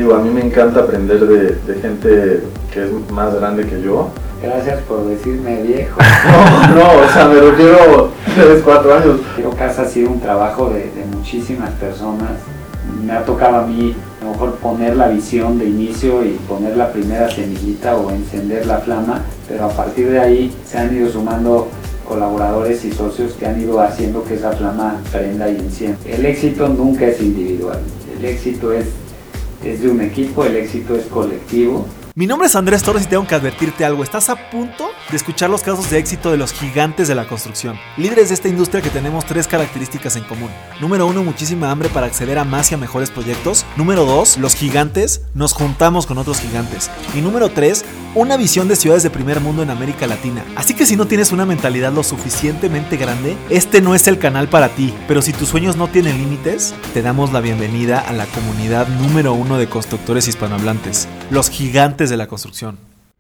digo, a mí me encanta aprender de gente que es más grande que yo. Gracias por decirme viejo. No, o sea, me refiero 3, 4 años. Quiero Casa ha sido un trabajo de muchísimas personas. Me ha tocado a mí a lo mejor poner la visión de inicio y poner la primera semillita o encender la flama, pero a partir de ahí se han ido sumando colaboradores y socios que han ido haciendo que esa flama prenda y encienda. El éxito nunca es individual, el éxito es de un equipo, el éxito es colectivo. Mi nombre es Andrés Torres y tengo que advertirte algo. Estás a punto de escuchar los casos de éxito de los gigantes de la construcción. Líderes de esta industria que tenemos 3 características en común. Número 1, muchísima hambre para acceder a más y a mejores proyectos. Número 2, los gigantes nos juntamos con otros gigantes. Y número 3, una visión de ciudades de primer mundo en América Latina. Así que si no tienes una mentalidad lo suficientemente grande, este no es el canal para ti. Pero si tus sueños no tienen límites, te damos la bienvenida a la comunidad número 1 de constructores hispanohablantes. Los gigantes de la construcción.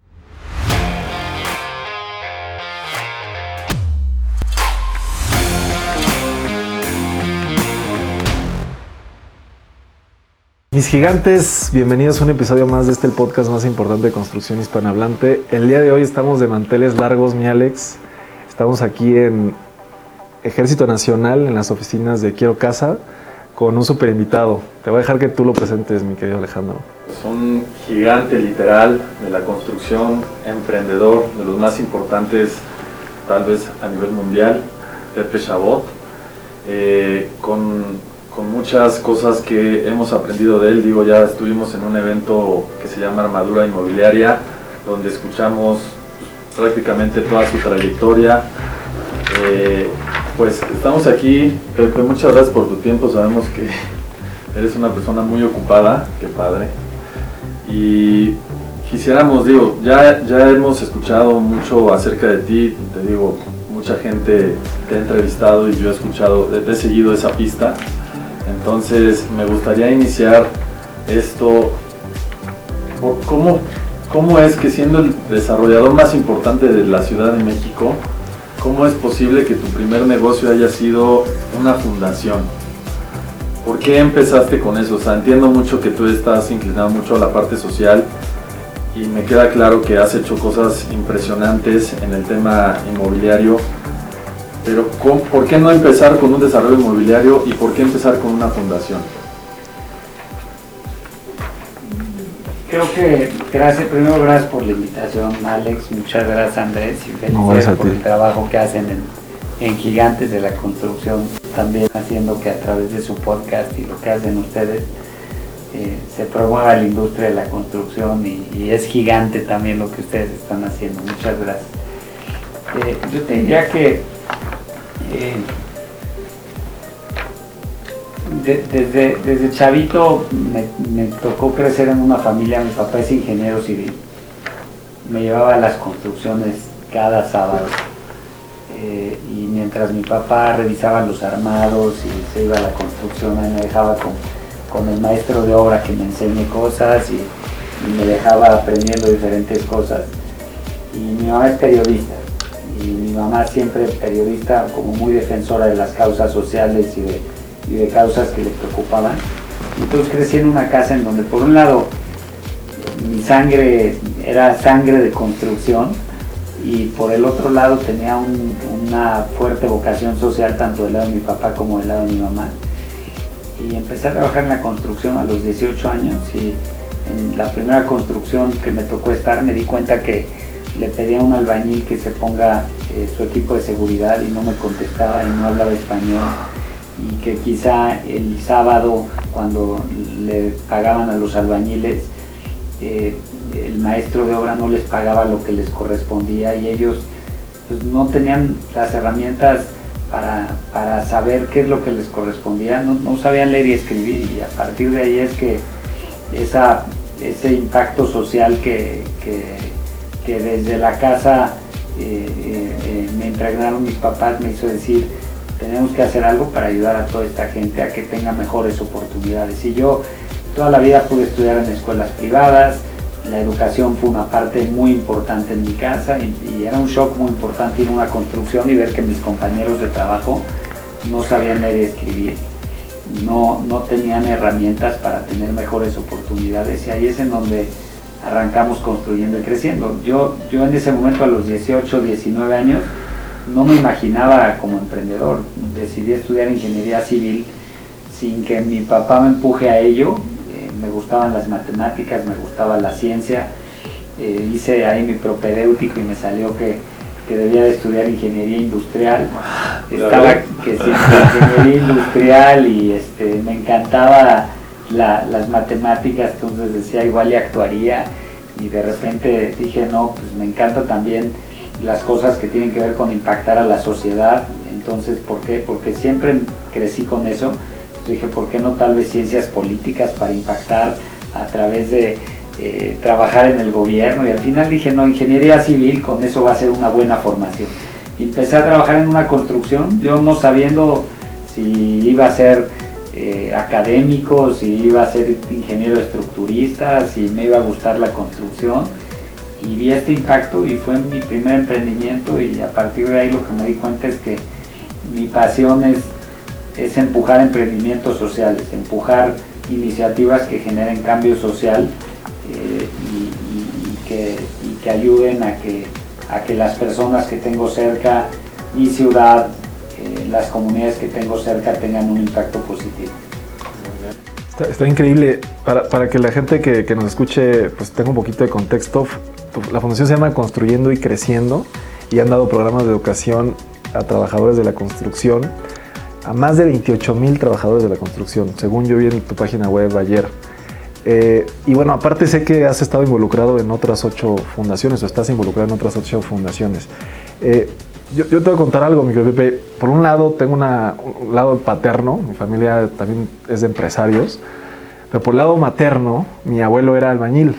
Mis gigantes, bienvenidos a un episodio más de el podcast más importante de construcción hispanohablante. El día de hoy estamos de manteles largos, mi Alex. Estamos aquí en Ejército Nacional, en las oficinas de Quiero Casa, con un super invitado. Te voy a dejar que tú lo presentes, mi querido Alejandro. Es un gigante literal de la construcción, emprendedor, de los más importantes tal vez a nivel mundial, Pepe Chabot, con muchas cosas que hemos aprendido de él. Digo, ya estuvimos en un evento que se llama Armadura Inmobiliaria, donde escuchamos prácticamente toda su trayectoria. Pues estamos aquí, Pepe, muchas gracias por tu tiempo, sabemos que eres una persona muy ocupada, qué padre. Y quisiéramos, digo, ya hemos escuchado mucho acerca de ti, te digo, mucha gente te ha entrevistado y yo he escuchado, he seguido esa pista. Entonces me gustaría iniciar esto, ¿cómo es que siendo el desarrollador más importante de la Ciudad de México, cómo es posible que tu primer negocio haya sido una fundación? ¿Por qué empezaste con eso? O sea, entiendo mucho que tú estás inclinado mucho a la parte social y me queda claro que has hecho cosas impresionantes en el tema inmobiliario, pero ¿por qué no empezar con un desarrollo inmobiliario y por qué empezar con una fundación? Creo que primero gracias por la invitación, Alex, muchas gracias, Andrés, y Gracias por el trabajo que hacen en Gigantes de la Construcción, también haciendo que a través de su podcast y lo que hacen ustedes se promueva la industria de la construcción y es gigante también lo que ustedes están haciendo. Muchas gracias. Yo te diría que desde chavito me tocó crecer en una familia. Mi papá es ingeniero civil, me llevaba a las construcciones cada sábado y mientras mi papá revisaba los armados y se iba a la construcción, me dejaba con el maestro de obra que me enseñe cosas y me dejaba aprendiendo diferentes cosas. Y mi mamá es periodista y mi mamá siempre periodista, como muy defensora de las causas sociales y de causas que le preocupaban. Entonces crecí en una casa en donde por un lado mi sangre era sangre de construcción y por el otro lado tenía una fuerte vocación social tanto del lado de mi papá como del lado de mi mamá. Y empecé a trabajar en la construcción a los 18 años y en la primera construcción que me tocó estar me di cuenta que le pedí a un albañil que se ponga su equipo de seguridad y no me contestaba y no hablaba español, y que quizá el sábado cuando le pagaban a los albañiles el maestro de obra no les pagaba lo que les correspondía y ellos pues, no tenían las herramientas para saber qué es lo que les correspondía, no sabían leer y escribir, y a partir de ahí es que ese impacto social que desde la casa me impregnaron mis papás me hizo decir: tenemos que hacer algo para ayudar a toda esta gente a que tenga mejores oportunidades. Y yo toda la vida pude estudiar en escuelas privadas, la educación fue una parte muy importante en mi casa y era un shock muy importante ir a una construcción y ver que mis compañeros de trabajo no sabían leer y escribir. no tenían herramientas para tener mejores oportunidades, y ahí es en donde arrancamos Construyendo y Creciendo. Yo en ese momento, a los 18, 19 años, no me imaginaba como emprendedor. Decidí estudiar ingeniería civil sin que mi papá me empuje a ello. Me gustaban las matemáticas, me gustaba la ciencia. Hice ahí mi propedéutico y me salió que debía de estudiar ingeniería industrial. Estaba que sí, ingeniería industrial, y me encantaba las matemáticas, entonces decía igual y actuaría, y de repente dije no, pues me encanta también las cosas que tienen que ver con impactar a la sociedad. Entonces, ¿por qué? Porque siempre crecí con eso. Dije, ¿por qué no tal vez ciencias políticas para impactar a través de trabajar en el gobierno? Y al final dije, no, ingeniería civil, con eso va a ser una buena formación. Y empecé a trabajar en una construcción, yo no sabiendo si iba a ser académico, si iba a ser ingeniero estructurista, si me iba a gustar la construcción. Y vi este impacto y fue mi primer emprendimiento, y a partir de ahí lo que me di cuenta es que mi pasión es empujar emprendimientos sociales, empujar iniciativas que generen cambio social, y que ayuden a que las personas que tengo cerca, mi ciudad, las comunidades que tengo cerca tengan un impacto positivo. Está increíble. Para que la gente que nos escuche pues tenga un poquito de contexto, la fundación se llama Construyendo y Creciendo, y han dado programas de educación a trabajadores de la construcción, a más de 28,000 trabajadores de la construcción, según yo vi en tu página web ayer. Y bueno, aparte sé que has estado involucrado en otras 8 fundaciones, o estás involucrado en otras 8 fundaciones. Yo te voy a contar algo, mi querido Pepe. Por un lado, tengo un lado paterno, mi familia también es de empresarios, pero por el lado materno, mi abuelo era albañil,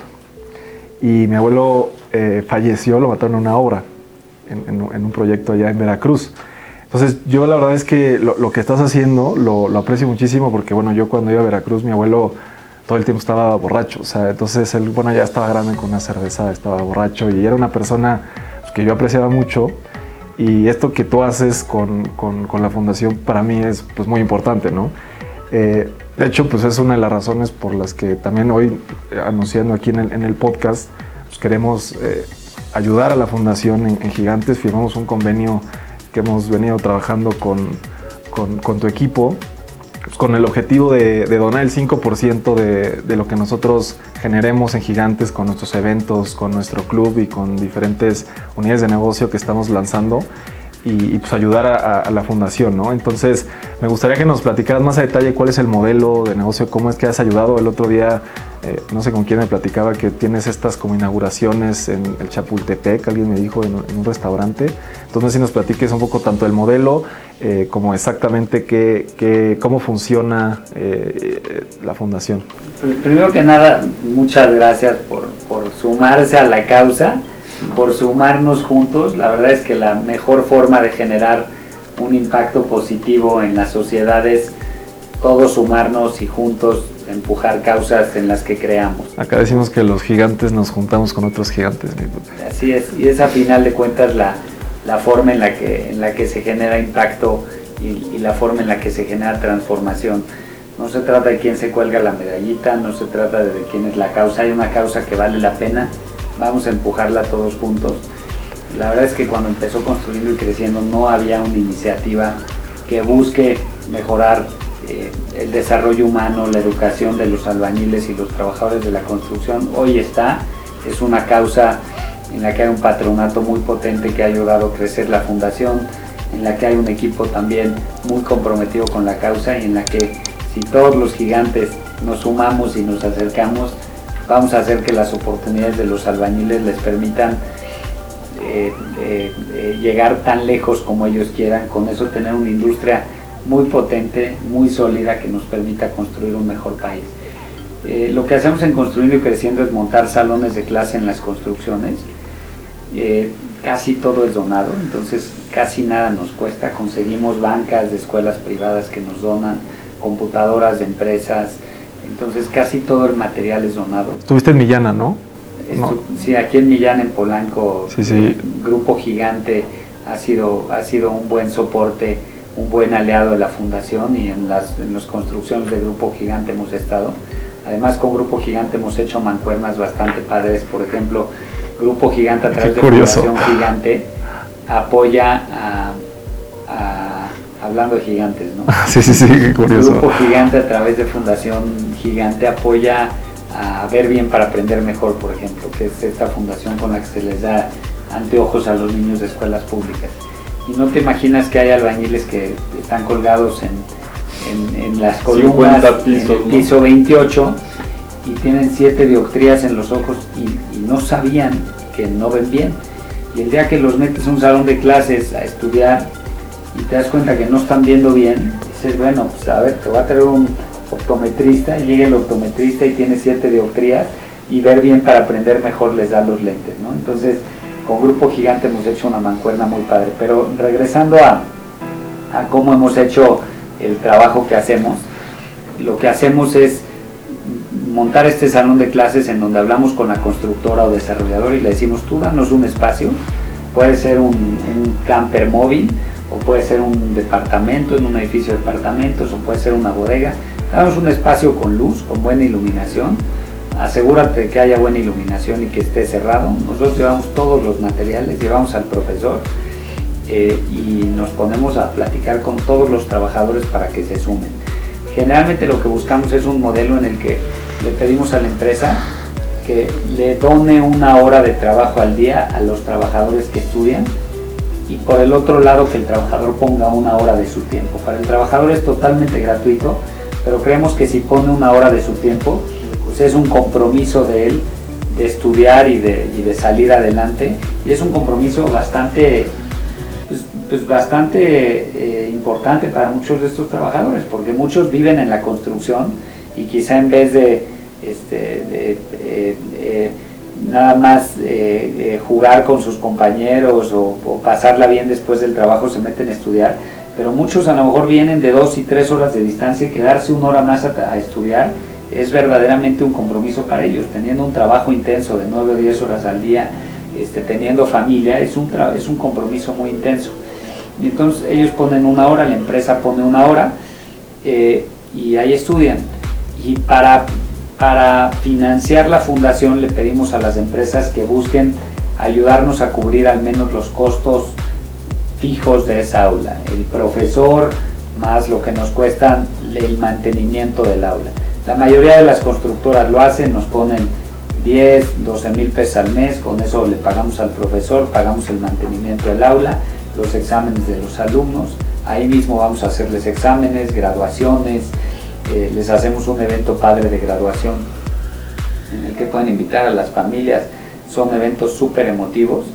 y mi abuelo falleció, lo mataron en una obra, en un proyecto allá en Veracruz. Entonces, yo la verdad es que lo que estás haciendo lo aprecio muchísimo, porque bueno, yo cuando iba a Veracruz, mi abuelo todo el tiempo estaba borracho, o sea, entonces él, bueno, ya estaba grande con una cerveza, estaba borracho, y era una persona que yo apreciaba mucho, y esto que tú haces con la fundación para mí es pues muy importante, ¿no? De hecho, pues es una de las razones por las que también hoy, anunciando aquí en el podcast, pues queremos ayudar a la fundación en Gigantes. Firmamos un convenio que hemos venido trabajando con tu equipo, pues con el objetivo de donar el 5% de lo que nosotros generemos en Gigantes con nuestros eventos, con nuestro club y con diferentes unidades de negocio que estamos lanzando, y pues ayudar a la fundación, ¿no? Entonces, me gustaría que nos platicaras más a detalle cuál es el modelo de negocio, cómo es que has ayudado. El otro día, no sé con quién me platicaba que tienes estas como inauguraciones en el Chapultepec, alguien me dijo, en un restaurante. Entonces, si nos platiques un poco tanto el modelo como exactamente cómo funciona la fundación. Primero que nada, muchas gracias por sumarse a la causa, por sumarnos juntos. La verdad es que la mejor forma de generar un impacto positivo en la sociedad es todos sumarnos y juntos empujar causas en las que creamos. Acá decimos que los gigantes nos juntamos con otros gigantes. Así es, y es a final de cuentas la forma en la que se genera impacto y la forma en la que se genera transformación. No se trata de quién se cuelga la medallita, no se trata de quién es la causa. Hay una causa que vale la pena, vamos a empujarla todos juntos. La verdad es que cuando empezó Construyendo y Creciendo no había una iniciativa que busque mejorar el desarrollo humano, la educación de los albañiles y los trabajadores de la construcción. Hoy es una causa en la que hay un patronato muy potente que ha ayudado a crecer la fundación, en la que hay un equipo también muy comprometido con la causa, y en la que si todos los gigantes nos sumamos y nos acercamos, vamos a hacer que las oportunidades de los albañiles les permitan llegar tan lejos como ellos quieran, con eso tener una industria muy potente, muy sólida, que nos permita construir un mejor país. Lo que hacemos en Construyendo y Creciendo es montar salones de clase en las construcciones. Casi todo es donado, entonces casi nada nos cuesta. Conseguimos bancas de escuelas privadas que nos donan, computadoras de empresas, entonces casi todo el material es donado. Estuviste en Millana, ¿no? Sí, aquí en Millán, en Polanco, sí. El Grupo Gigante ha sido un buen soporte un buen aliado de la fundación y en las construcciones de Grupo Gigante hemos estado. Además, con Grupo Gigante hemos hecho mancuernas bastante padres. Por ejemplo, Grupo Gigante a través de Fundación Gigante apoya hablando de gigantes, ¿no? Sí, qué curioso. Grupo Gigante a través de Fundación Gigante apoya a Ver Bien para Aprender Mejor, por ejemplo, que es esta fundación con la que se les da anteojos a los niños de escuelas públicas. Y no te imaginas que hay albañiles que están colgados en las columnas, pisos, en el piso 28, y tienen 7 dioptrías en los ojos y no sabían que no ven bien. Y el día que los metes a un salón de clases a estudiar y te das cuenta que no están viendo bien, dices, bueno, pues a ver, te voy a traer un optometrista, y llega el optometrista y tiene 7 dioptrías, y Ver Bien para Aprender Mejor les da los lentes, ¿no? Entonces, con Grupo Gigante hemos hecho una mancuerna muy padre. Pero regresando a cómo hemos hecho el trabajo que hacemos, lo que hacemos es montar este salón de clases en donde hablamos con la constructora o desarrollador y le decimos, tú danos un espacio, puede ser un camper móvil, o puede ser un departamento en un edificio de departamentos, o puede ser una bodega. Danos un espacio con luz, con buena iluminación, asegúrate que haya buena iluminación y que esté cerrado. Nosotros llevamos todos los materiales, llevamos al profesor y nos ponemos a platicar con todos los trabajadores para que se sumen. Generalmente lo que buscamos es un modelo en el que le pedimos a la empresa que le done 1 hora de trabajo al día a los trabajadores que estudian, y por el otro lado que el trabajador ponga 1 hora de su tiempo. Para el trabajador es totalmente gratuito, pero creemos que si pone 1 hora de su tiempo, pues es un compromiso de él de estudiar y de salir adelante, y es un compromiso bastante importante para muchos de estos trabajadores, porque muchos viven en la construcción y quizá en vez de nada más jugar con sus compañeros o pasarla bien después del trabajo, se meten a estudiar, pero muchos a lo mejor vienen de 2 y 3 horas de distancia, y quedarse 1 hora más a estudiar es verdaderamente un compromiso para ellos, teniendo un trabajo intenso de 9 o 10 horas al día, teniendo familia, es un compromiso muy intenso. Y entonces ellos ponen 1 hora, la empresa pone 1 hora, y ahí estudian. Y para financiar la fundación le pedimos a las empresas que busquen ayudarnos a cubrir al menos los costos fijos de esa aula, el profesor más lo que nos cuesta el mantenimiento del aula. La mayoría de las constructoras lo hacen, nos ponen 10, 12 mil pesos al mes, con eso le pagamos al profesor, pagamos el mantenimiento del aula, los exámenes de los alumnos, ahí mismo vamos a hacerles exámenes, graduaciones, les hacemos un evento padre de graduación en el que pueden invitar a las familias, son eventos súper emotivos,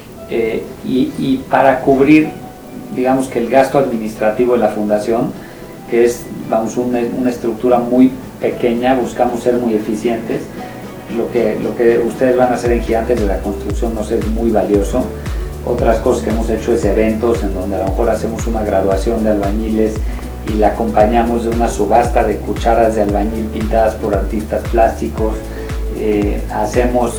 y para cubrir, digamos que el gasto administrativo de la fundación, que es una estructura muy pequeña, buscamos ser muy eficientes. Lo que ustedes van a hacer en Gigantes de la Construcción nos es muy valioso. Otras cosas que hemos hecho es eventos en donde a lo mejor hacemos una graduación de albañiles y la acompañamos de una subasta de cucharas de albañil pintadas por artistas plásticos. Hacemos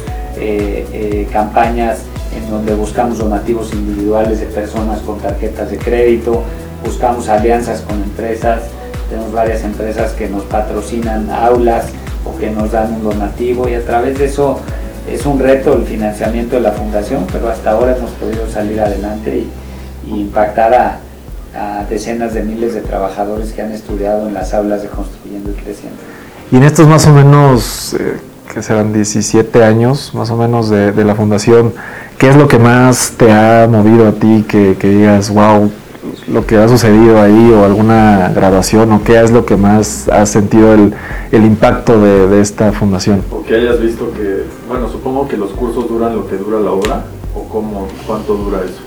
campañas en donde buscamos donativos individuales de personas con tarjetas de crédito, buscamos alianzas con empresas, tenemos varias empresas que nos patrocinan aulas o que nos dan un donativo, y a través de eso es un reto el financiamiento de la fundación, pero hasta ahora hemos podido salir adelante y impactar a decenas de miles de trabajadores que han estudiado en las aulas de Construyendo y Creciendo. Y en estos más o menos, que serán 17 años más o menos de la fundación, ¿qué es lo que más te ha movido a ti, que digas, wow, lo que ha sucedido ahí, o alguna graduación, o qué es lo que más has sentido el impacto de esta fundación? O que hayas visto que, bueno, supongo que los cursos duran lo que dura la obra, o cuánto dura eso.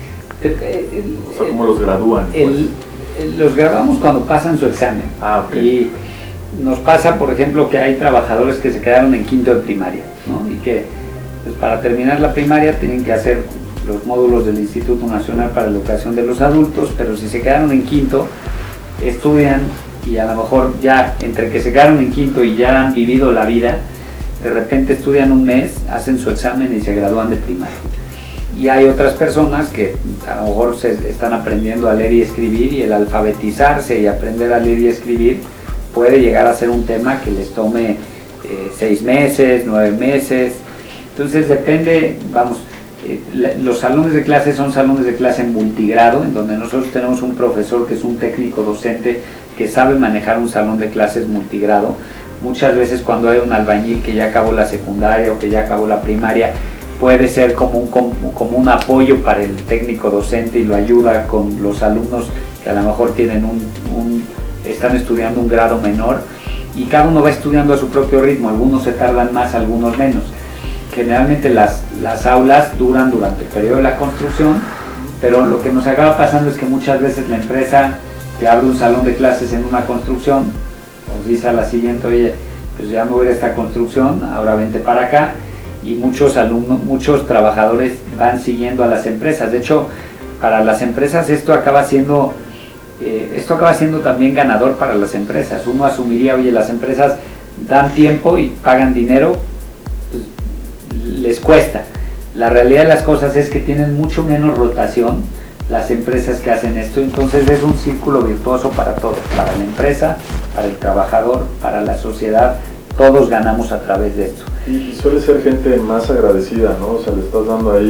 O sea, ¿cómo los gradúan? Los graduamos cuando pasan su examen. Okay. Y nos pasa, por ejemplo, que hay trabajadores que se quedaron en quinto de primaria, ¿no? Y que pues, para terminar la primaria tienen que hacer los módulos del Instituto Nacional para la Educación de los Adultos, pero si se quedaron en quinto, estudian, y a lo mejor ya entre que se quedaron en quinto y ya han vivido la vida, de repente estudian un mes, hacen su examen y se gradúan de primaria. Y hay otras personas que a lo mejor se están aprendiendo a leer y escribir, y el alfabetizarse y aprender a leer y escribir puede llegar a ser un tema que les tome 6 meses, 9 meses. Entonces depende, los salones de clase son salones de clase multigrado, en donde nosotros tenemos un profesor que es un técnico docente que sabe manejar un salón de clases multigrado. Muchas veces cuando hay un albañil que ya acabó la secundaria o que ya acabó la primaria, puede ser como un apoyo para el técnico docente y lo ayuda con los alumnos que a lo mejor tienen están estudiando un grado menor, y cada uno va estudiando a su propio ritmo. Algunos se tardan más, algunos menos. Generalmente las aulas duran durante el periodo de la construcción, pero lo que nos acaba pasando es que muchas veces la empresa que abre un salón de clases en una construcción nos dice a la siguiente: oye, pues ya me voy a esta construcción, ahora vente para acá. Y muchos trabajadores van siguiendo a las empresas. De hecho, para las empresas esto acaba siendo también ganador para las empresas. Uno asumiría, oye, las empresas dan tiempo y pagan dinero, pues, les cuesta. La realidad de las cosas es que tienen mucho menos rotación las empresas que hacen esto, entonces es un círculo virtuoso para todos, para la empresa, para el trabajador, para la sociedad. Todos ganamos a través de esto. Y suele ser gente más agradecida, ¿no? O sea, le estás dando ahí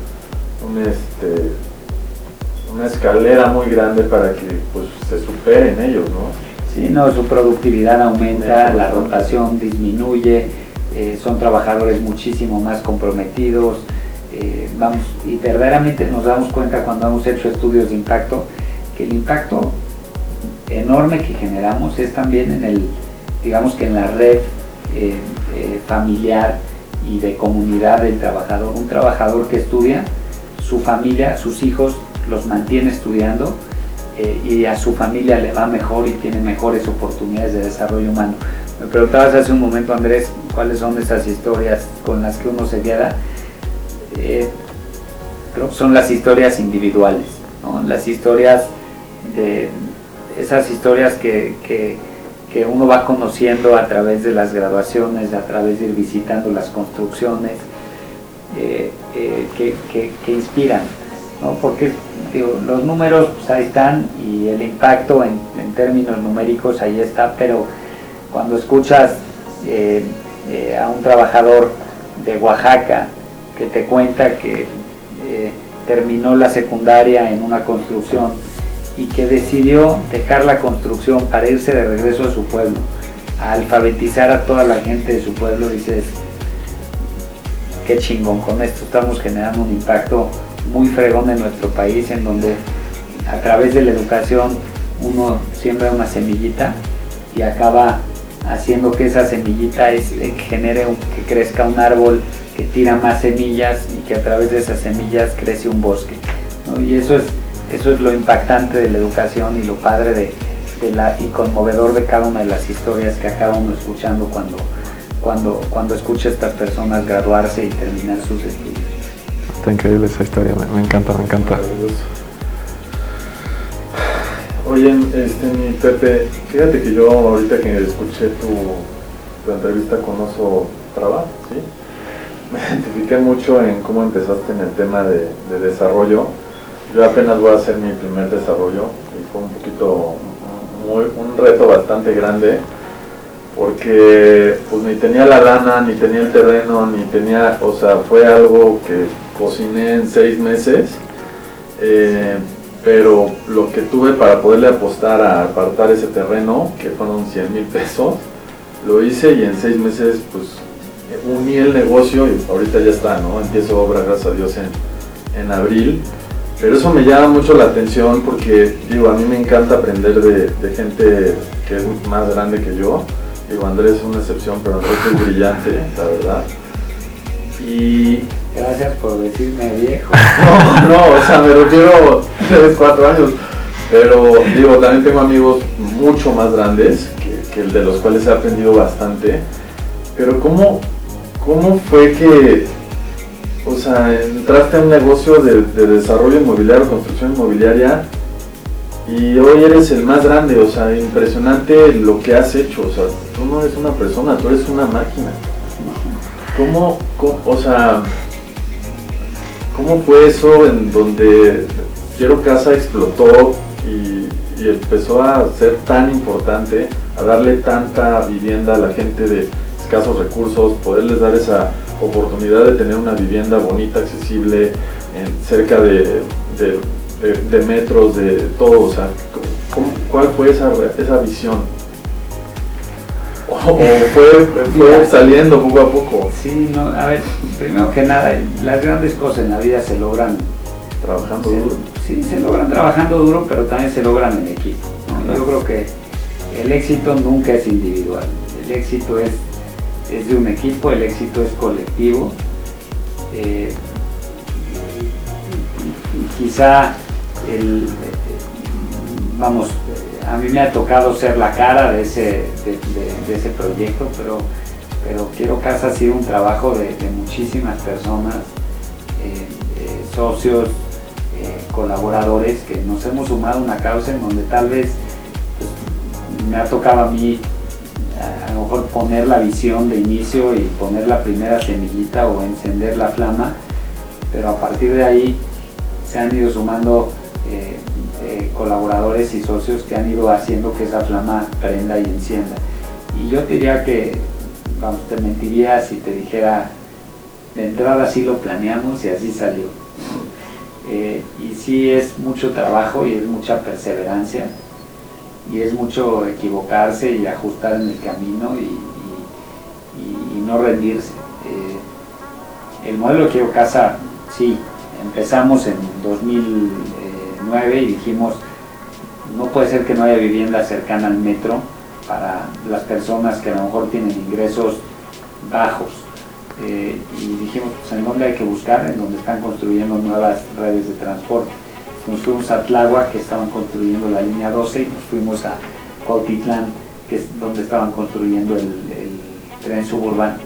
una escalera muy grande para que pues se superen ellos, ¿no? Sí, no, su productividad aumenta, la rotación disminuye, son trabajadores muchísimo más comprometidos, y verdaderamente nos damos cuenta cuando hemos hecho estudios de impacto, que el impacto enorme que generamos es también en la red familiar y de comunidad del trabajador. Un trabajador que estudia, su familia, sus hijos los mantiene estudiando, y a su familia le va mejor y tiene mejores oportunidades de desarrollo humano. Me preguntabas hace un momento, Andrés, cuáles son esas historias con las que uno se queda. Creo que son las historias individuales, ¿no? Las historias esas historias que uno va conociendo a través de las graduaciones, a través de ir visitando las construcciones, que inspiran, ¿no? Porque los números pues, ahí están, y el impacto en términos numéricos ahí está, pero cuando escuchas a un trabajador de Oaxaca que te cuenta que terminó la secundaria en una construcción y que decidió dejar la construcción para irse de regreso a su pueblo, a alfabetizar a toda la gente de su pueblo, dices, qué chingón, con esto estamos generando un impacto muy fregón en nuestro país, en donde a través de la educación uno siembra una semillita y acaba haciendo que esa semillita que crezca un árbol que tira más semillas, y que a través de esas semillas crece un bosque, ¿no? Y eso es lo impactante de la educación, y lo padre y conmovedor de cada una de las historias que acaba uno escuchando cuando escucha a estas personas graduarse y terminar sus estudios. Está increíble esa historia, me encanta. Oye, mi Pepe, fíjate que yo ahorita que escuché tu entrevista con Oso Traba, ¿sí? Me identifiqué mucho en cómo empezaste en el tema de desarrollo. Yo apenas voy a hacer mi primer desarrollo y fue un reto bastante grande, porque pues ni tenía la lana, ni tenía el terreno, fue algo que cociné en 6 meses, pero lo que tuve para poderle apostar a apartar ese terreno, que fueron 100,000 pesos, lo hice, y en 6 meses pues uní el negocio y ahorita ya está, ¿no? Empiezo obra, gracias a Dios, en abril. Pero eso me llama mucho la atención porque, a mí me encanta aprender de gente que es más grande que yo. Andrés es una excepción, pero Andrés es brillante, la verdad. Y... Gracias por decirme viejo. No, me refiero 3, 4 años. Pero, también tengo amigos mucho más grandes, que de los cuales he aprendido bastante. Pero ¿cómo fue que, entraste a un negocio de desarrollo inmobiliario, construcción inmobiliaria, y hoy eres el más grande? Impresionante lo que has hecho. Tú no eres una persona, tú eres una máquina. ¿Cómo fue eso en donde Quiero Casa explotó y empezó a ser tan importante, a darle tanta vivienda a la gente de escasos recursos, poderles dar esa oportunidad de tener una vivienda bonita, accesible, cerca de metros, de todo? O sea, ¿cuál fue esa visión? ¿O fue saliendo poco a poco? Sí, no, a ver, primero que nada, las grandes cosas en la vida se logran trabajando duro. Sí, se logran trabajando duro, pero también se logran en equipo, ¿no? Yo creo que el éxito nunca es individual, el éxito es de un equipo, el éxito es colectivo. Y quizá a mí me ha tocado ser la cara de ese proyecto, pero Quiero Casa ha sido un trabajo de muchísimas personas, socios, colaboradores, que nos hemos sumado a una causa en donde tal vez pues, me ha tocado a mí a lo mejor poner la visión de inicio y poner la primera semillita o encender la flama, pero a partir de ahí se han ido sumando colaboradores y socios que han ido haciendo que esa flama prenda y encienda. Y yo te diría que, te mentiría si te dijera, de entrada sí lo planeamos y así salió. Y sí es mucho trabajo y es mucha perseverancia y es mucho equivocarse y ajustar en el camino y no rendirse. El modelo de Quiero Casa, sí, empezamos en 2009 y dijimos, no puede ser que no haya vivienda cercana al metro para las personas que a lo mejor tienen ingresos bajos. Y dijimos, pues en dónde hay que buscar, en donde están construyendo nuevas redes de transporte. Nos fuimos a Tláhuac, que estaban construyendo la línea 12, y nos fuimos a Cuautitlán, que es donde estaban construyendo el tren suburbano.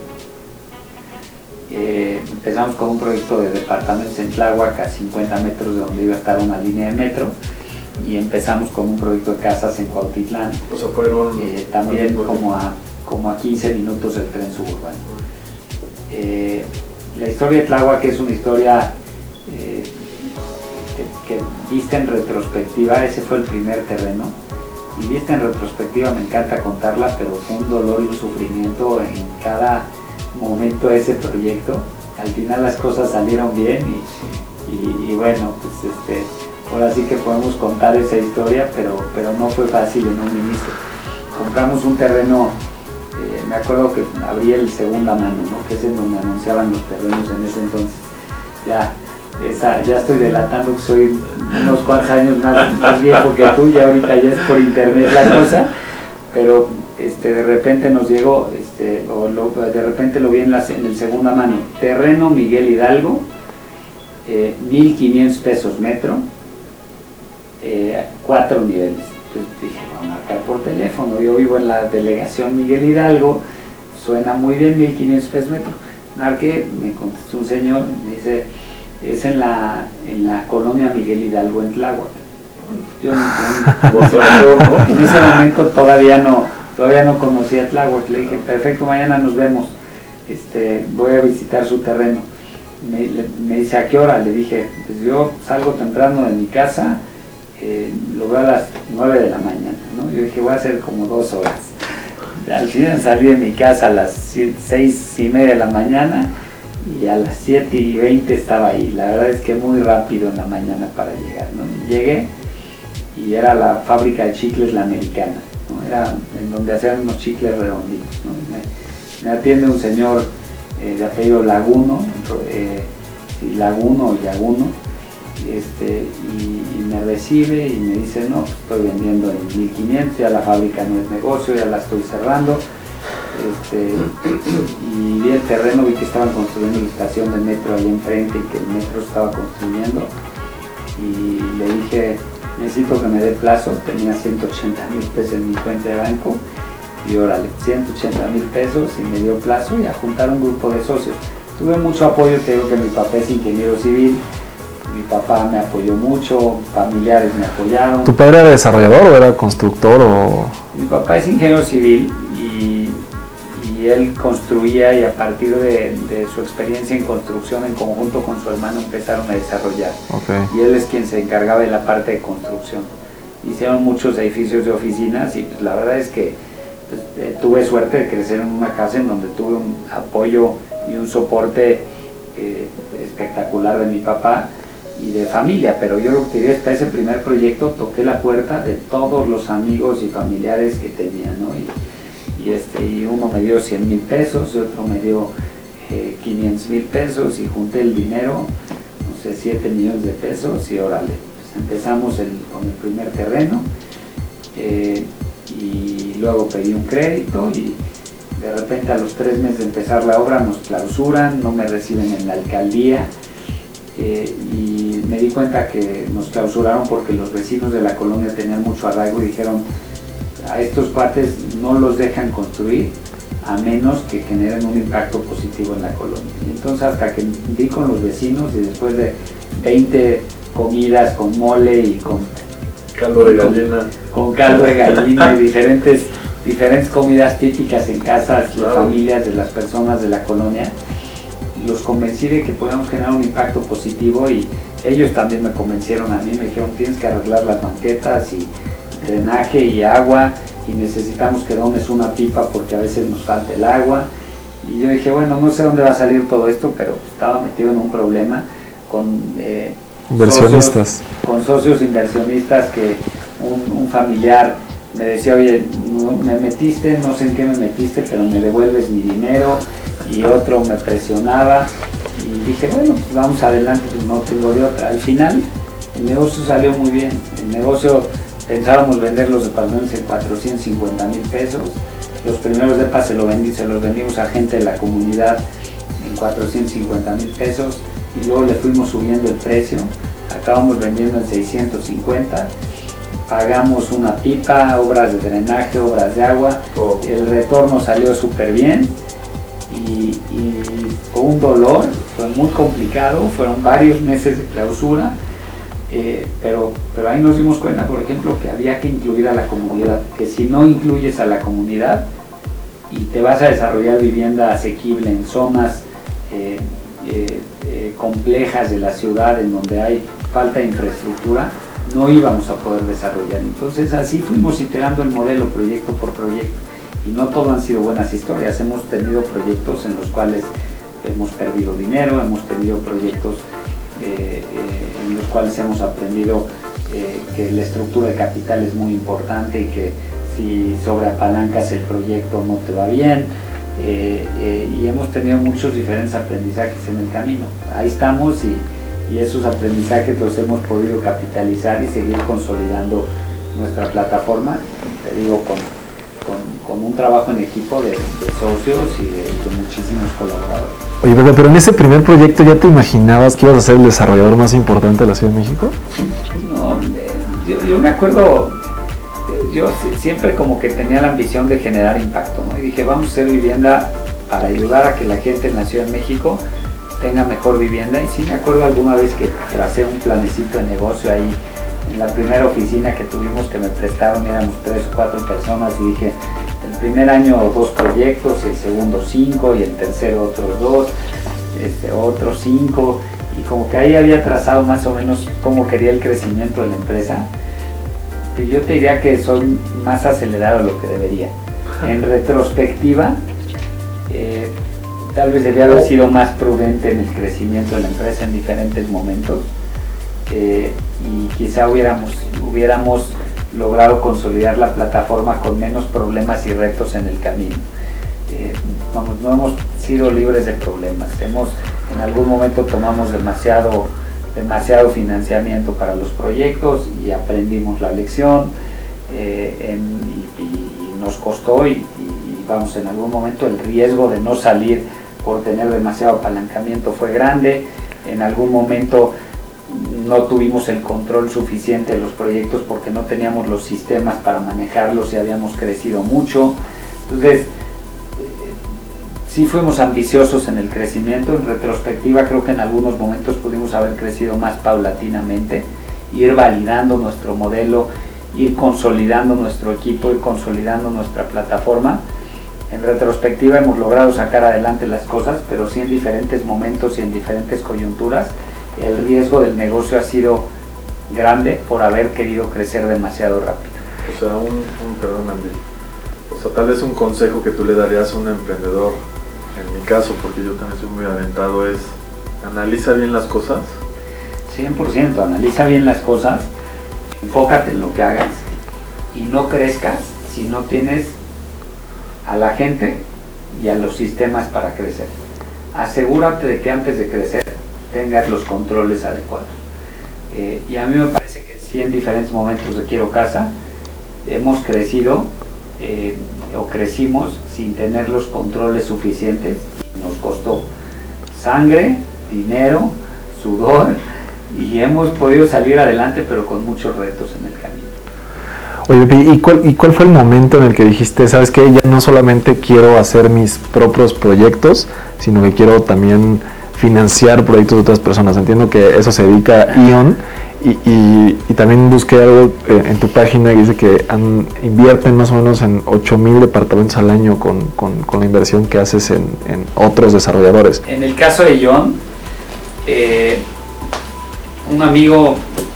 Empezamos con un proyecto de departamentos en Tláhuac, a 50 metros de donde iba a estar una línea de metro, y empezamos con un proyecto de casas en Cuautitlán, O sea, fueron también como a 15 minutos del tren suburbano. La historia de Tláhuac es una historia que vista en retrospectiva. Ese fue el primer terreno, y vista en retrospectiva me encanta contarla, pero fue un dolor y un sufrimiento en cada momento de ese proyecto. Al final las cosas salieron bien y bueno, pues ahora sí que podemos contar esa historia, pero no fue fácil en un inicio. Compramos un terreno, me acuerdo que abrí el Segunda Mano, ¿no? Que es en donde anunciaban los terrenos en ese entonces. Ya estoy delatando que soy unos cuantos años más viejo que tú, y ahorita ya es por internet la cosa, pero de repente nos llegó, de repente lo vi en el Segunda Mano, terreno Miguel Hidalgo, 1,500 pesos metro, 4 niveles. Entonces dije, vamos a marcar por teléfono, yo vivo en la delegación Miguel Hidalgo, suena muy bien, 1,500 pesos metro. Marqué, me contestó un señor, me dice, es en la colonia Miguel Hidalgo en Tláhuac. Yo en ese momento todavía no conocía Tláhuac. Le dije, perfecto, mañana nos vemos, voy a visitar su terreno. Me dice, ¿a qué hora? Le dije, pues yo salgo temprano de mi casa, lo veo a las 9 de la mañana, ¿no? Yo dije, voy a hacer como 2 horas. Al final salí de mi casa a las 6:30 de la mañana y a las 7:20 estaba ahí. La verdad es que muy rápido en la mañana para llegar, ¿no? Llegué y era la fábrica de chicles La Americana, ¿no? Era en donde hacían unos chicles redonditos, ¿no? Me atiende un señor de apellido Laguno, Laguno o Yaguno, y me recibe y me dice, no, estoy vendiendo en 1,500, ya la fábrica no es negocio, ya la estoy cerrando. Y vi el terreno, vi que estaban construyendo la estación de metro ahí enfrente y que el metro estaba construyendo, y le dije, necesito que me dé plazo. Tenía 180,000 pesos en mi cuenta de banco, y órale, 180,000 pesos, y me dio plazo y a juntar un grupo de socios. Tuve mucho apoyo, te digo que mi papá es ingeniero civil, mi papá me apoyó mucho, familiares me apoyaron. ¿Tu padre era desarrollador o era constructor? Mi papá es ingeniero civil y y él construía, y a partir de su experiencia en construcción en conjunto con su hermano empezaron a desarrollar. Okay. Y él es quien se encargaba de la parte de construcción. Hicieron muchos edificios de oficinas y pues, la verdad es que pues, tuve suerte de crecer en una casa en donde tuve un apoyo y un soporte espectacular de mi papá y de familia, pero yo lo que diría es que ese primer proyecto toqué la puerta de todos los amigos y familiares que tenía, ¿no? Y uno me dio 100,000 pesos, y otro me dio 500,000 pesos, y junté el dinero, no sé, 7 millones de pesos, y órale, pues empezamos con el primer terreno, y luego pedí un crédito, y de repente a los 3 meses de empezar la obra nos clausuran, no me reciben en la alcaldía, y me di cuenta que nos clausuraron porque los vecinos de la colonia tenían mucho arraigo y dijeron: a estos cuates no los dejan construir a menos que generen un impacto positivo en la colonia. Y entonces hasta que di con los vecinos, y después de 20 comidas con mole y con caldo de gallina, con caldo de gallina y diferentes comidas típicas en casas de familias de las personas de la colonia, los convencí de que podíamos generar un impacto positivo, y ellos también me convencieron a mí, me dijeron: tienes que arreglar las banquetas y drenaje y agua, y necesitamos que dones una pipa porque a veces nos falta el agua. Y yo dije: bueno, no sé dónde va a salir todo esto, pero estaba metido en un problema con inversionistas. Con socios inversionistas, que un familiar me decía: oye, me metiste, no sé en qué me metiste, pero me devuelves mi dinero, y otro me presionaba, y dije: bueno, pues vamos adelante, pues no tengo de otra. Al final el negocio salió muy bien. El negocio, pensábamos vender los departamentos en 450,000 pesos, los primeros depas se los vendimos a gente de la comunidad en 450,000 pesos, y luego le fuimos subiendo el precio, acabamos vendiendo en 650, pagamos una pipa, obras de drenaje, obras de agua, el retorno salió súper bien, y fue un dolor, fue muy complicado, fueron varios meses de clausura, pero ahí nos dimos cuenta, por ejemplo, que había que incluir a la comunidad, que si no incluyes a la comunidad y te vas a desarrollar vivienda asequible en zonas complejas de la ciudad en donde hay falta de infraestructura, no íbamos a poder desarrollar. Entonces así fuimos iterando el modelo proyecto por proyecto, y no todo han sido buenas historias. Hemos tenido proyectos en los cuales hemos perdido dinero, hemos tenido proyectos en los cuales hemos aprendido que la estructura de capital es muy importante, y que si sobreapalancas el proyecto no te va bien, y hemos tenido muchos diferentes aprendizajes en el camino. Ahí estamos, y esos aprendizajes los hemos podido capitalizar y seguir consolidando nuestra plataforma, te digo, con un trabajo en equipo de socios y de muchísimos colaboradores. Oye, pero en ese primer proyecto, ¿ya te imaginabas que ibas a ser el desarrollador más importante de la Ciudad de México? No, yo me acuerdo, yo siempre como que tenía la ambición de generar impacto, ¿no? Y dije: vamos a hacer vivienda para ayudar a que la gente en la Ciudad de México tenga mejor vivienda. Y sí me acuerdo alguna vez que tracé un planecito de negocio ahí en la primera oficina que tuvimos, que me prestaron, éramos 3 o 4 personas, y dije: el primer año 2 proyectos, el segundo 5, y el tercero otros 2, otros 5, y como que ahí había trazado más o menos cómo quería el crecimiento de la empresa. Y yo te diría que soy más acelerado de lo que debería. En retrospectiva, tal vez debía haber sido más prudente en el crecimiento de la empresa en diferentes momentos, y quizá hubiéramos logrado consolidar la plataforma con menos problemas y retos en el camino. No hemos sido libres de problemas. En algún momento tomamos demasiado financiamiento para los proyectos, y aprendimos la lección, y nos costó, y vamos, en algún momento el riesgo de no salir por tener demasiado apalancamiento fue grande. En algún momento no tuvimos el control suficiente de los proyectos porque no teníamos los sistemas para manejarlos, y habíamos crecido mucho. Entonces sí fuimos ambiciosos en el crecimiento. En retrospectiva creo que en algunos momentos pudimos haber crecido más paulatinamente, ir validando nuestro modelo, ir consolidando nuestro equipo, ir consolidando nuestra plataforma, En retrospectiva hemos logrado sacar adelante las cosas, pero sí en diferentes momentos y en diferentes coyunturas el riesgo del negocio ha sido grande por haber querido crecer demasiado rápido. O sea, perdón, Andy. O sea, tal vez un consejo que tú le darías a un emprendedor, en mi caso, porque yo también soy muy aventado, es analiza bien las cosas. 100%, analiza bien las cosas, enfócate en lo que hagas y no crezcas si no tienes a la gente y a los sistemas para crecer. Asegúrate de que antes de crecer tengas los controles adecuados. Y a mí me parece que sí, en diferentes momentos de Quiero Casa hemos crecido o crecimos sin tener los controles suficientes. Nos costó sangre, dinero, sudor, y hemos podido salir adelante, pero con muchos retos en el camino. Oye, ¿y cuál fue el momento en el que dijiste, sabes qué, ya no solamente quiero hacer mis propios proyectos, sino que quiero también financiar proyectos de otras personas? Entiendo que eso se dedica a Ion, y también busqué algo en tu página que dice que invierten más o menos en 8,000 departamentos al año con la inversión que haces en otros desarrolladores. En el caso de Ion, un amigo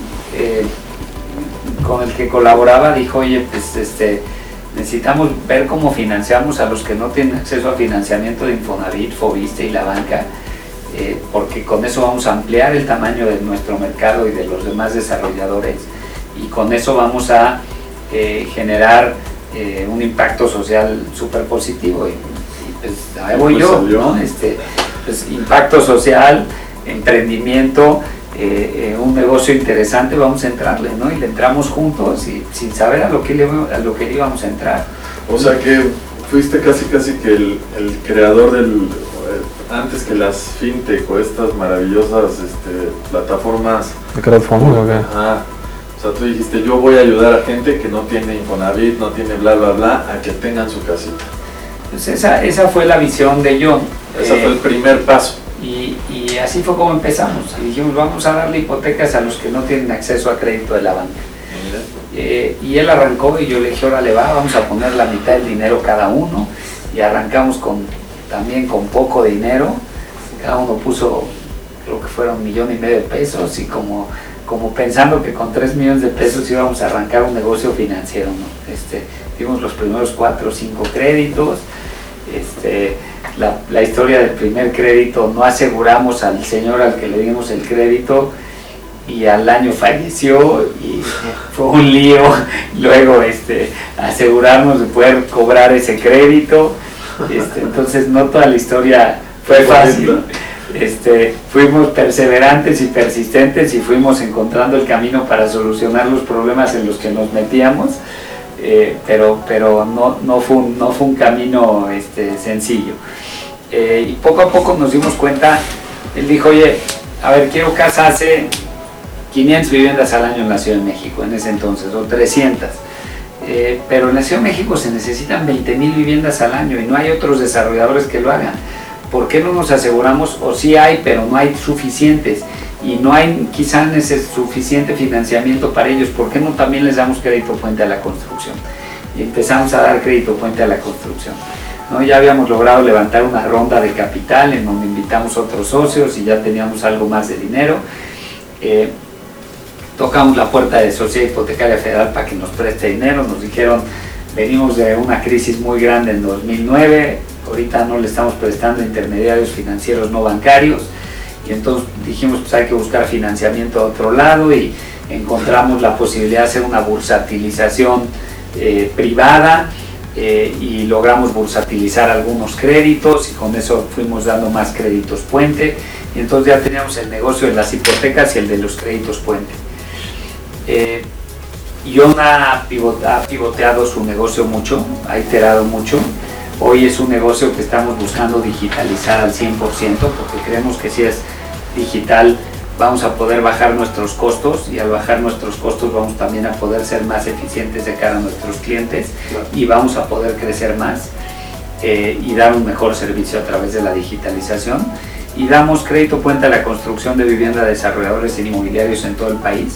con el que colaboraba dijo, oye, pues necesitamos ver cómo financiamos a los que no tienen acceso a financiamiento de Infonavit, Fobiste y la banca, porque con eso vamos a ampliar el tamaño de nuestro mercado y de los demás desarrolladores, y con eso vamos a generar un impacto social súper positivo. Y pues ahí voy yo, ¿no? Pues, impacto social, emprendimiento, un negocio interesante, vamos a entrarle, ¿no? Y le entramos juntos y sin saber a lo que íbamos a entrar. O sea que fuiste casi que el creador del, antes que las fintech o estas maravillosas plataformas ¿De crowdfunding o qué? Ajá. O sea, tú dijiste, yo voy a ayudar a gente que no tiene Infonavit, no tiene bla bla bla, a que tengan su casita. Pues esa fue la visión de Ion. Ese fue el primer paso. Y así fue como empezamos. Y dijimos, vamos a darle hipotecas a los que no tienen acceso a crédito de la banca. Y él arrancó y yo le dije, órale va, vamos a poner la mitad del dinero cada uno. Y arrancamos también con poco dinero. Cada uno puso, creo que fueron 1,5 millones de pesos, y como pensando que con 3 millones de pesos íbamos a arrancar un negocio financiero, ¿no? Dimos los primeros 4 o 5 créditos. La historia del primer crédito, no aseguramos al señor al que le dimos el crédito y al año falleció, y fue un lío luego asegurarnos de poder cobrar ese crédito. Entonces no toda la historia fue fácil. Fuimos perseverantes y persistentes y fuimos encontrando el camino para solucionar los problemas en los que nos metíamos, pero no fue un camino sencillo. Y poco a poco nos dimos cuenta. Él dijo, oye, a ver, Quiero Casa hace 500 viviendas al año en la Ciudad de México en ese entonces, o 300. Pero en la Ciudad de México se necesitan 20,000 viviendas al año y no hay otros desarrolladores que lo hagan. ¿Por qué no nos aseguramos? O sí hay, pero no hay suficientes, y no hay quizás suficiente financiamiento para ellos. ¿Por qué no también les damos crédito puente a la construcción? Y empezamos a dar crédito puente a la construcción, ¿no? Ya habíamos logrado levantar una ronda de capital en donde invitamos a otros socios y ya teníamos algo más de dinero. Tocamos la puerta de Sociedad Hipotecaria Federal para que nos preste dinero. Nos dijeron, venimos de una crisis muy grande en 2009, ahorita no le estamos prestando a intermediarios financieros no bancarios, y entonces dijimos, pues hay que buscar financiamiento a otro lado, y encontramos la posibilidad de hacer una bursatilización privada, y logramos bursatilizar algunos créditos, y con eso fuimos dando más créditos puente, y entonces ya teníamos el negocio de las hipotecas y el de los créditos puente. Ion ha pivoteado su negocio mucho, ha iterado mucho. Hoy es un negocio que estamos buscando digitalizar al 100%, porque creemos que si es digital vamos a poder bajar nuestros costos, y al bajar nuestros costos vamos también a poder ser más eficientes de cara a nuestros clientes, y vamos a poder crecer más y dar un mejor servicio a través de la digitalización. Y damos crédito puente a la construcción de vivienda a desarrolladores inmobiliarios en todo el país,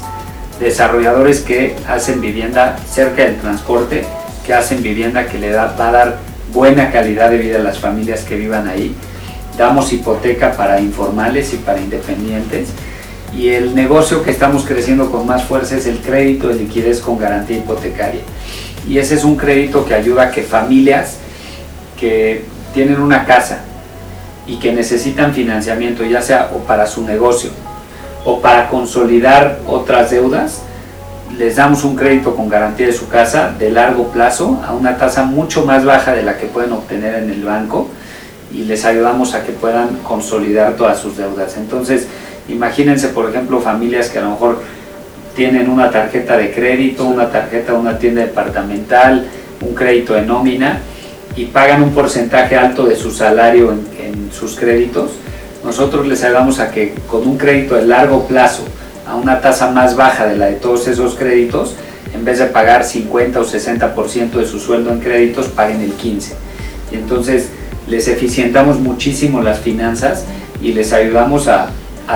desarrolladores que hacen vivienda cerca del transporte, que hacen vivienda que va a dar buena calidad de vida a las familias que vivan ahí. Damos hipoteca para informales y para independientes. Y el negocio que estamos creciendo con más fuerza es el crédito de liquidez con garantía hipotecaria. Y ese es un crédito que ayuda a que familias que tienen una casa y que necesitan financiamiento, ya sea o para su negocio o para consolidar otras deudas, les damos un crédito con garantía de su casa de largo plazo a una tasa mucho más baja de la que pueden obtener en el banco, y les ayudamos a que puedan consolidar todas sus deudas. Entonces, imagínense, por ejemplo, familias que a lo mejor tienen una tarjeta de crédito, una tarjeta de una tienda departamental, un crédito de nómina, y pagan un porcentaje alto de su salario en sus créditos. Nosotros les ayudamos a que con un crédito de largo plazo, a una tasa más baja de la de todos esos créditos, en vez de pagar 50 o 60% de su sueldo en créditos, paguen el 15%. Y entonces les eficientamos muchísimo las finanzas y les ayudamos a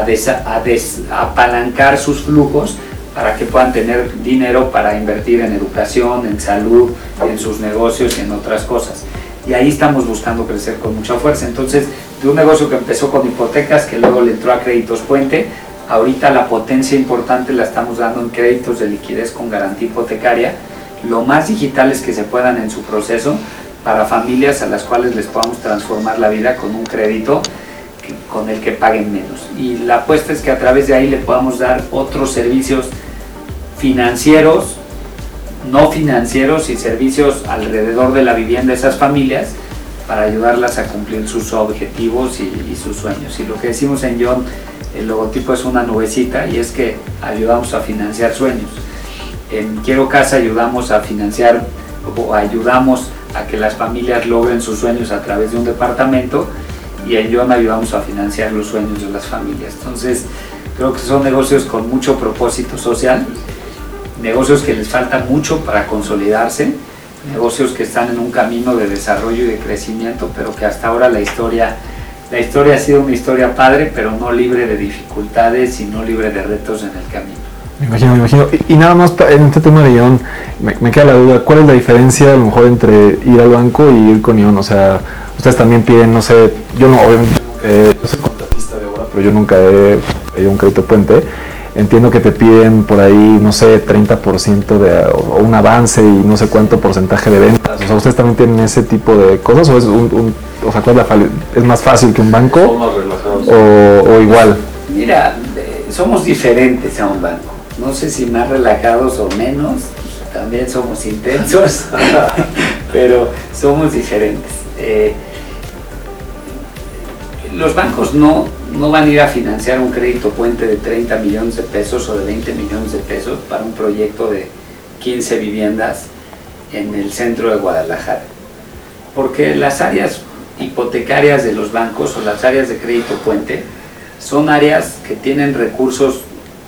apalancar sus flujos para que puedan tener dinero para invertir en educación, en salud, en sus negocios y en otras cosas. Y ahí estamos buscando crecer con mucha fuerza. Entonces, de un negocio que empezó con hipotecas, que luego le entró a créditos puente, ahorita la potencia importante la estamos dando en créditos de liquidez con garantía hipotecaria, lo más digitales que se puedan en su proceso, para familias a las cuales les podamos transformar la vida con un crédito con el que paguen menos. Y la apuesta es que a través de ahí le podamos dar otros servicios financieros, no financieros, y servicios alrededor de la vivienda de esas familias para ayudarlas a cumplir sus objetivos y sus sueños. Y lo que decimos en John, el logotipo es una nubecita, y es que ayudamos a financiar sueños. En Quiero Casa ayudamos a financiar, o ayudamos a que las familias logren sus sueños a través de un departamento, y en John ayudamos a financiar los sueños de las familias. Entonces, creo que son negocios con mucho propósito social, negocios que les falta mucho para consolidarse, negocios que están en un camino de desarrollo y de crecimiento, pero que hasta ahora la historia ha sido una historia padre, pero no libre de dificultades y no libre de retos en el camino. Me imagino. Y nada más en este tema de ION, me queda la duda, ¿cuál es la diferencia a lo mejor entre ir al banco y ir con ION? O sea, ustedes también piden, no sé, yo no, obviamente, yo soy contratista de obra, pero yo nunca he pedido un crédito puente. Entiendo que te piden por ahí, no sé, 30% o un avance y no sé cuánto porcentaje de ventas. O sea, ¿ustedes también tienen ese tipo de cosas o es o sea, es más fácil que un banco? Son más relajados. O igual. Mira, somos diferentes a un banco. No sé si más relajados o menos, también somos intensos, pero somos diferentes. Los bancos no van a ir a financiar un crédito puente de 30 millones de pesos o de 20 millones de pesos para un proyecto de 15 viviendas en el centro de Guadalajara. Porque las áreas hipotecarias de los bancos o las áreas de crédito puente son áreas que tienen recursos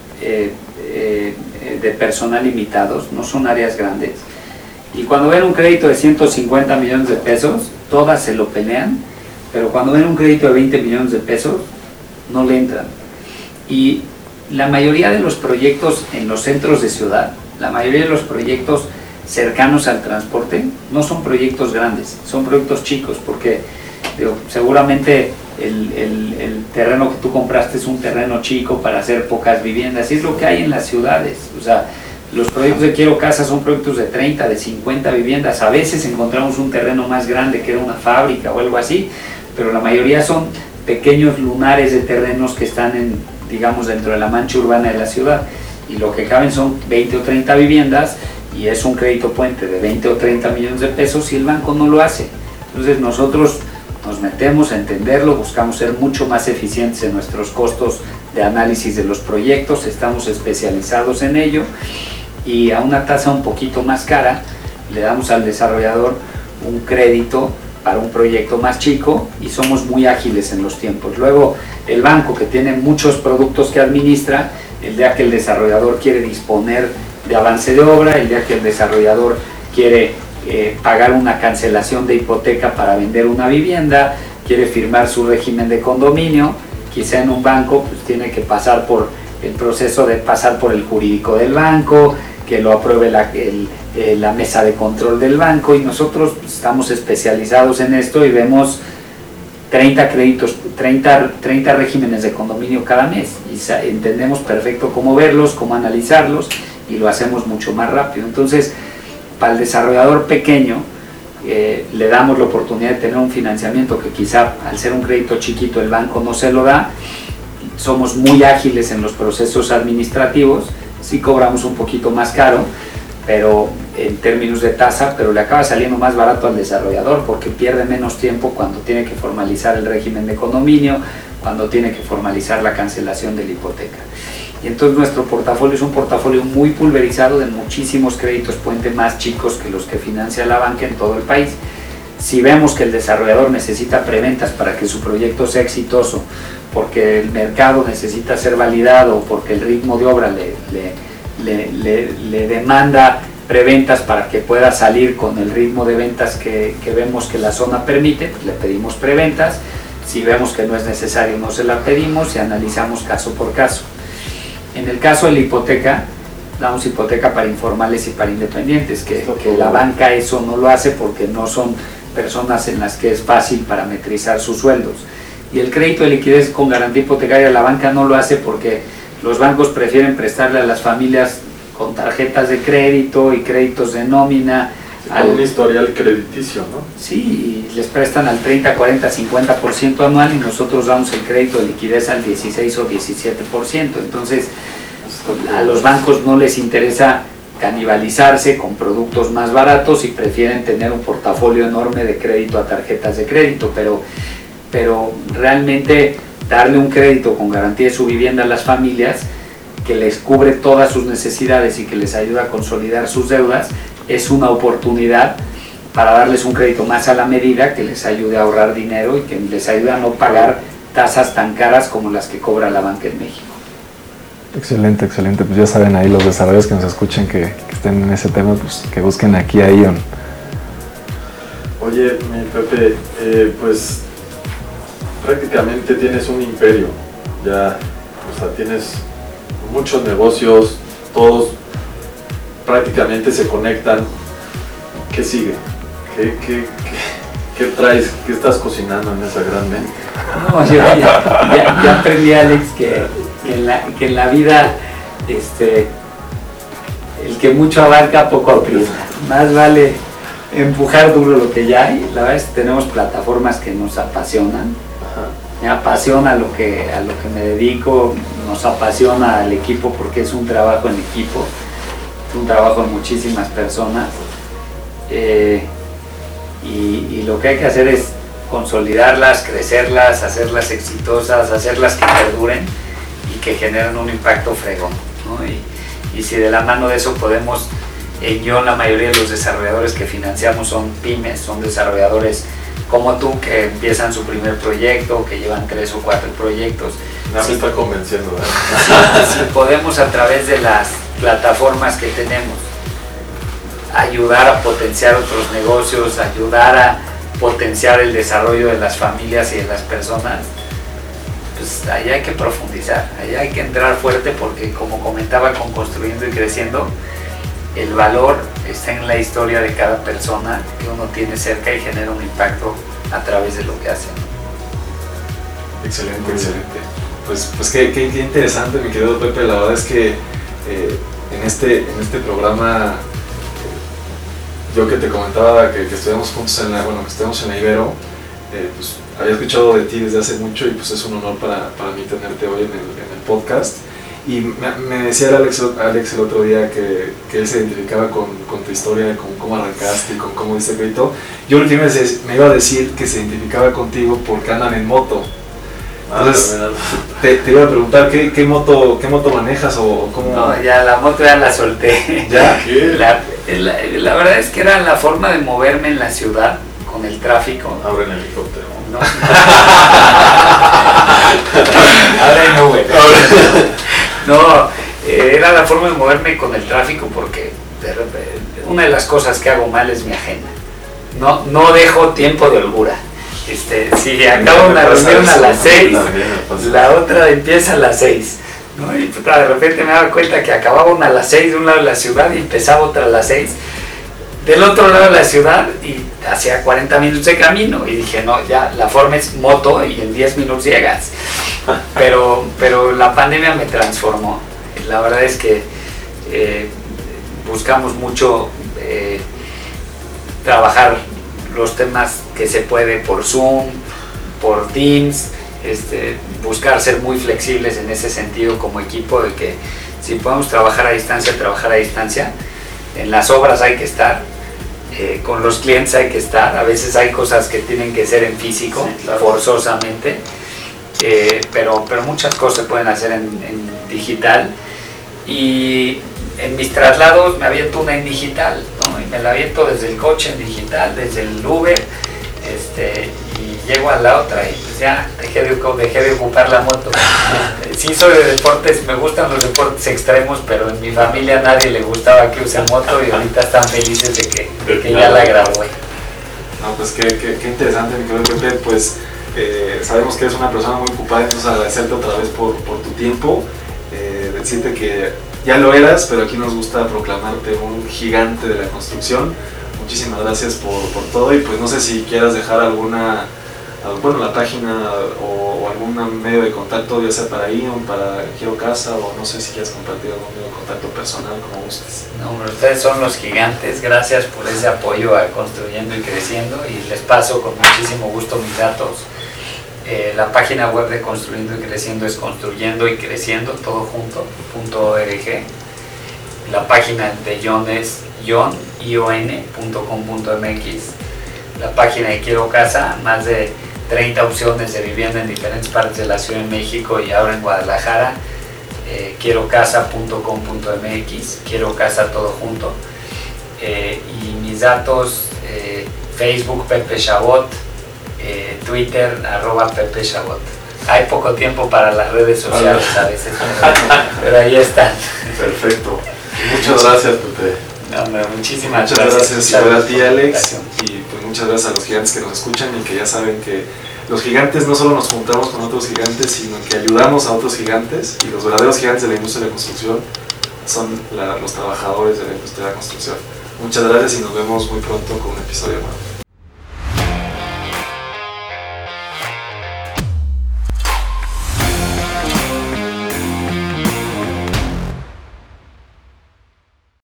de personal limitados, no son áreas grandes. Y cuando ven un crédito de 150 millones de pesos, todas se lo pelean, pero cuando ven un crédito de 20 millones de pesos, no le entran. Y la mayoría de los proyectos en los centros de ciudad, la mayoría de los proyectos cercanos al transporte, no son proyectos grandes, son proyectos chicos, porque seguramente el terreno que tú compraste es un terreno chico para hacer pocas viviendas, y es lo que hay en las ciudades. O sea, los proyectos de Quiero Casa son proyectos de 30, de 50 viviendas. A veces encontramos un terreno más grande que era una fábrica o algo así, pero la mayoría son pequeños lunares de terrenos que están digamos, dentro de la mancha urbana de la ciudad, y lo que caben son 20 o 30 viviendas, y es un crédito puente de 20 o 30 millones de pesos, y el banco no lo hace. Entonces nosotros nos metemos a entenderlo, buscamos ser mucho más eficientes en nuestros costos de análisis de los proyectos, estamos especializados en ello, y a una tasa un poquito más cara le damos al desarrollador un crédito para un proyecto más chico, y somos muy ágiles en los tiempos. Luego, el banco, que tiene muchos productos que administra, el día que el desarrollador quiere disponer de avance de obra, el día que el desarrollador quiere pagar una cancelación de hipoteca para vender una vivienda, quiere firmar su régimen de condominio, quizá en un banco pues tiene que pasar por el proceso de pasar por el jurídico del banco, que lo apruebe la mesa de control del banco, y nosotros estamos especializados en esto y vemos 30 créditos, 30 regímenes de condominio cada mes, y entendemos perfecto cómo verlos, cómo analizarlos, y lo hacemos mucho más rápido. Entonces, para el desarrollador pequeño, le damos la oportunidad de tener un financiamiento que quizá al ser un crédito chiquito el banco no se lo da. Somos muy ágiles en los procesos administrativos, sí cobramos un poquito más caro, pero en términos de tasa, pero le acaba saliendo más barato al desarrollador porque pierde menos tiempo cuando tiene que formalizar el régimen de condominio, cuando tiene que formalizar la cancelación de la hipoteca. Y entonces nuestro portafolio es un portafolio muy pulverizado de muchísimos créditos puente más chicos que los que financia la banca en todo el país. Si vemos que el desarrollador necesita preventas para que su proyecto sea exitoso, porque el mercado necesita ser validado, porque el ritmo de obra le demanda preventas para que pueda salir con el ritmo de ventas que vemos que la zona permite, pues le pedimos preventas. Si vemos que no es necesario, no se la pedimos y analizamos caso por caso. En el caso de la hipoteca, damos hipoteca para informales y para independientes, que la banca eso no lo hace porque no son personas en las que es fácil parametrizar sus sueldos. Y el crédito de liquidez con garantía hipotecaria, la banca no lo hace porque los bancos prefieren prestarle a las familias con tarjetas de crédito y créditos de nómina. Un historial crediticio, ¿no? Sí, les prestan al 30, 40, 50% anual, y nosotros damos el crédito de liquidez al 16 o 17%. Entonces, a los bancos no les interesa canibalizarse con productos más baratos y prefieren tener un portafolio enorme de crédito a tarjetas de crédito, pero realmente darle un crédito con garantía de su vivienda a las familias que les cubre todas sus necesidades y que les ayuda a consolidar sus deudas es una oportunidad para darles un crédito más a la medida, que les ayude a ahorrar dinero y que les ayude a no pagar tasas tan caras como las que cobra la banca en México. Excelente, excelente. Pues ya saben ahí los desarrolladores que nos escuchen que estén en ese tema, pues que busquen aquí a Ion. Oye, mi Pepe, pues prácticamente tienes un imperio, ya, o sea, tienes muchos negocios, todos prácticamente se conectan. ¿Qué sigue? ¿Qué traes? ¿Qué estás cocinando en esa gran mente? No, yo ya aprendí, Alex, que en la vida el que mucho abarca poco aprieta. Más vale empujar duro lo que ya hay. La verdad es que tenemos plataformas que nos apasionan. Me apasiona a lo que me dedico, nos apasiona al equipo porque es un trabajo en equipo, es un trabajo de muchísimas personas, y lo que hay que hacer es consolidarlas, crecerlas, hacerlas exitosas, hacerlas que perduren y que generen un impacto fregón, ¿no? Y si de la mano de eso podemos, la mayoría de los desarrolladores que financiamos son pymes, son desarrolladores como tú, que empiezan su primer proyecto, que llevan 3 o 4 proyectos. No me está convenciendo, ¿verdad? Si podemos, a través de las plataformas que tenemos, ayudar a potenciar otros negocios, ayudar a potenciar el desarrollo de las familias y de las personas, pues ahí hay que profundizar, ahí hay que entrar fuerte, porque como comentaba con Construyendo y Creciendo, el valor está en la historia de cada persona que uno tiene cerca y genera un impacto a través de lo que hace. Excelente, excelente. Pues qué interesante, mi querido Pepe. La verdad es que en este programa, yo que te comentaba que estudiamos juntos que estudiamos en la Ibero, pues había escuchado de ti desde hace mucho, y pues es un honor para mí tenerte hoy en el podcast. Y me decía Alex el otro día que él se identificaba con tu historia, con cómo arrancaste y con cómo diste crédito. Yo el último me iba a decir que se identificaba contigo porque andan en moto. Entonces, te iba a preguntar ¿qué moto manejas o cómo. No, ya la moto ya la solté. ¿Ya? La verdad es que era la forma de moverme en la ciudad con el tráfico. Ahora en helicóptero. No. Ahora en Uber. No, era la forma de moverme con el tráfico, porque una de las cosas que hago mal es mi agenda. No dejo tiempo de holgura. Si acabo una reunión a las 6, la otra empieza a las 6. ¿no? Y puta, de repente me daba cuenta que acababa una a las 6 de un lado de la ciudad y empezaba otra a las 6 del otro lado de la ciudad y hacía 40 minutos de camino. Y dije, no, ya la forma es moto y en 10 minutos llegas. Pero la pandemia me transformó. La verdad es que buscamos mucho trabajar los temas que se puede por Zoom, por Teams, buscar ser muy flexibles en ese sentido como equipo, de que si podemos trabajar a distancia, en las obras hay que estar, con los clientes hay que estar, a veces hay cosas que tienen que ser en físico, sí, claro, forzosamente, pero muchas cosas se pueden hacer en digital. Y en mis traslados me aviento una en digital, ¿no? Y me la aviento desde el coche en digital, desde el Uber, y llego a la otra y pues ya dejé de ocupar la moto. Sí soy de deportes, me gustan los deportes extremos, pero en mi familia a nadie le gustaba que use moto y ahorita están felices de que ya la gradué. No, pues qué interesante, mi querido Pepe. Pues sabemos que eres una persona muy ocupada, entonces agradecerte otra vez por tu tiempo, decirte que ya lo eras, pero aquí nos gusta proclamarte un gigante de la construcción. Muchísimas gracias por todo, y pues no sé si quieras dejar la página o algún medio de contacto, ya sea para ahí o para Quiero Casa, o no sé si quieres compartir algún medio de contacto personal, como gustes. No, pero ustedes son los gigantes, gracias por ese apoyo a Construyendo y Creciendo, y les paso con muchísimo gusto mis datos. La página web de Construyendo y Creciendo es construyendo y creciendo, todo junto, .org. La página de Ion es ion.com.mx. La página de Quiero Casa, más de 30 opciones de vivienda en diferentes partes de la Ciudad de México y ahora en Guadalajara. quierocasa.com.mx, Quiero Casa todo junto. Y mis datos, Facebook Pepe Chabot, Twitter @Pepe Chabot. Hay poco tiempo para las redes sociales a veces, pero ahí están. Perfecto. Muchas gracias, Pepe. No, muchísimas gracias. Muchas gracias a ti, Alex, y pues muchas gracias a los gigantes que nos escuchan y que ya saben que los gigantes no solo nos juntamos con otros gigantes, sino que ayudamos a otros gigantes, y los verdaderos gigantes de la industria de la construcción son los trabajadores de la industria de la construcción. Muchas gracias y nos vemos muy pronto con un episodio nuevo.